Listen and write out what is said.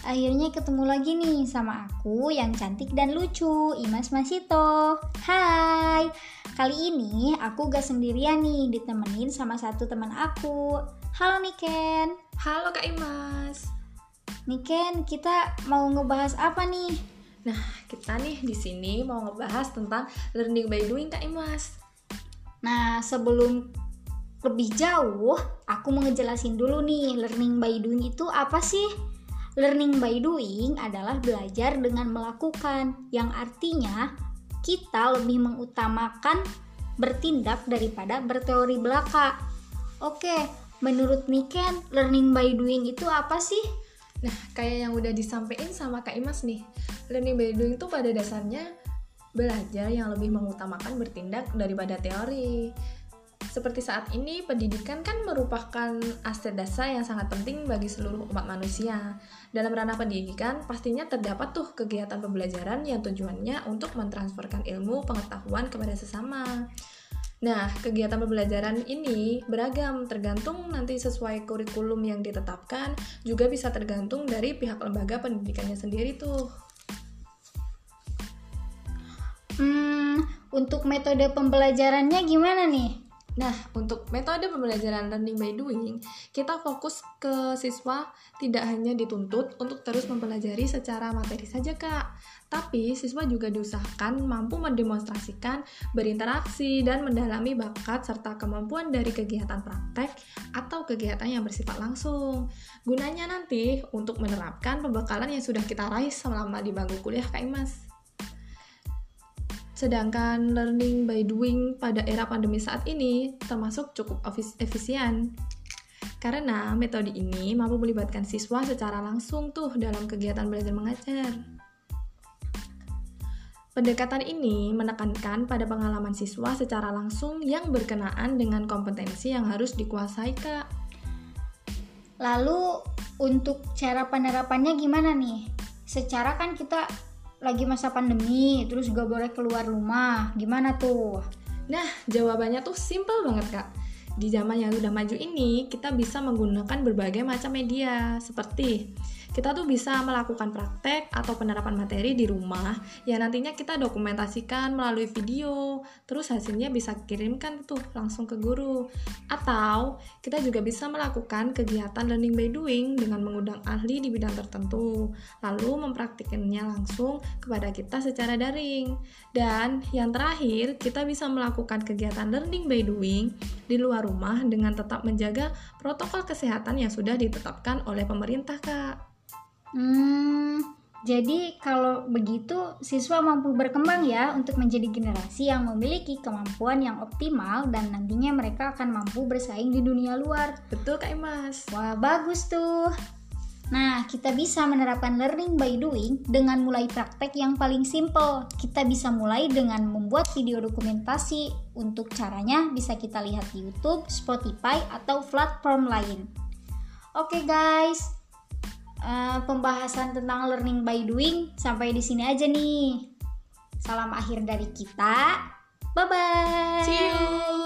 Akhirnya ketemu lagi nih sama aku yang cantik dan lucu, Imas Masito. Hai, kali ini aku gak sendirian nih, ditemenin sama satu teman aku. Halo Niken. Halo Kak Imas. Niken, kita mau ngebahas apa nih? Nah, kita nih di sini mau ngebahas tentang learning by doing Kak Imas. Nah, sebelum lebih jauh, aku mau ngejelasin dulu nih, learning by doing itu apa sih? Learning by doing adalah belajar dengan melakukan, yang artinya kita lebih mengutamakan bertindak daripada berteori belaka. Oke, menurut Niken, learning by doing itu apa sih? Nah, kayak yang udah disampaikan sama Kak Imas nih, learning by doing itu pada dasarnya belajar yang lebih mengutamakan bertindak daripada teori. Seperti saat ini, pendidikan kan merupakan aset dasar yang sangat penting bagi seluruh umat manusia. Dalam ranah pendidikan, pastinya terdapat tuh kegiatan pembelajaran yang tujuannya untuk mentransferkan ilmu pengetahuan kepada sesama. Nah, kegiatan pembelajaran ini beragam, tergantung nanti sesuai kurikulum yang ditetapkan, juga bisa tergantung dari pihak lembaga pendidikannya sendiri tuh. Untuk metode pembelajarannya gimana nih? Nah, untuk metode pembelajaran learning by doing, kita fokus ke siswa tidak hanya dituntut untuk terus mempelajari secara materi saja, Kak. Tapi, siswa juga diusahakan mampu mendemonstrasikan, berinteraksi, dan mendalami bakat serta kemampuan dari kegiatan praktek atau kegiatan yang bersifat langsung. Gunanya nanti untuk menerapkan pembekalan yang sudah kita raih selama di bangku kuliah, Kak Imas. Sedangkan learning by doing pada era pandemi saat ini termasuk cukup efisien. Karena metode ini mampu melibatkan siswa secara langsung tuh dalam kegiatan belajar mengajar. Pendekatan ini menekankan pada pengalaman siswa secara langsung yang berkenaan dengan kompetensi yang harus dikuasai, Kak. Lalu untuk cara penerapannya gimana nih? Secara kan kita lagi masa pandemi, terus gak boleh keluar rumah, gimana tuh? Nah, jawabannya tuh simple banget, Kak. Di zaman yang udah maju ini, kita bisa menggunakan berbagai macam media, seperti kita tuh bisa melakukan praktek atau penerapan materi di rumah yang nantinya kita dokumentasikan melalui video, terus hasilnya bisa kirimkan tuh langsung ke guru. Atau kita juga bisa melakukan kegiatan learning by doing dengan mengundang ahli di bidang tertentu, lalu mempraktikkannya langsung kepada kita secara daring. Dan yang terakhir, kita bisa melakukan kegiatan learning by doing di luar rumah dengan tetap menjaga protokol kesehatan yang sudah ditetapkan oleh pemerintah, Kak. Jadi kalau begitu siswa mampu berkembang ya untuk menjadi generasi yang memiliki kemampuan yang optimal dan nantinya mereka akan mampu bersaing di dunia luar. Betul, Kak Imas. Wah, bagus tuh. Nah, kita bisa menerapkan learning by doing dengan mulai praktek yang paling simple. Kita bisa mulai dengan membuat video dokumentasi. Untuk caranya bisa kita lihat di YouTube, Spotify, atau platform lain. Oke guys, pembahasan tentang learning by doing sampai di sini aja nih. Salam akhir dari kita. Bye bye. See you.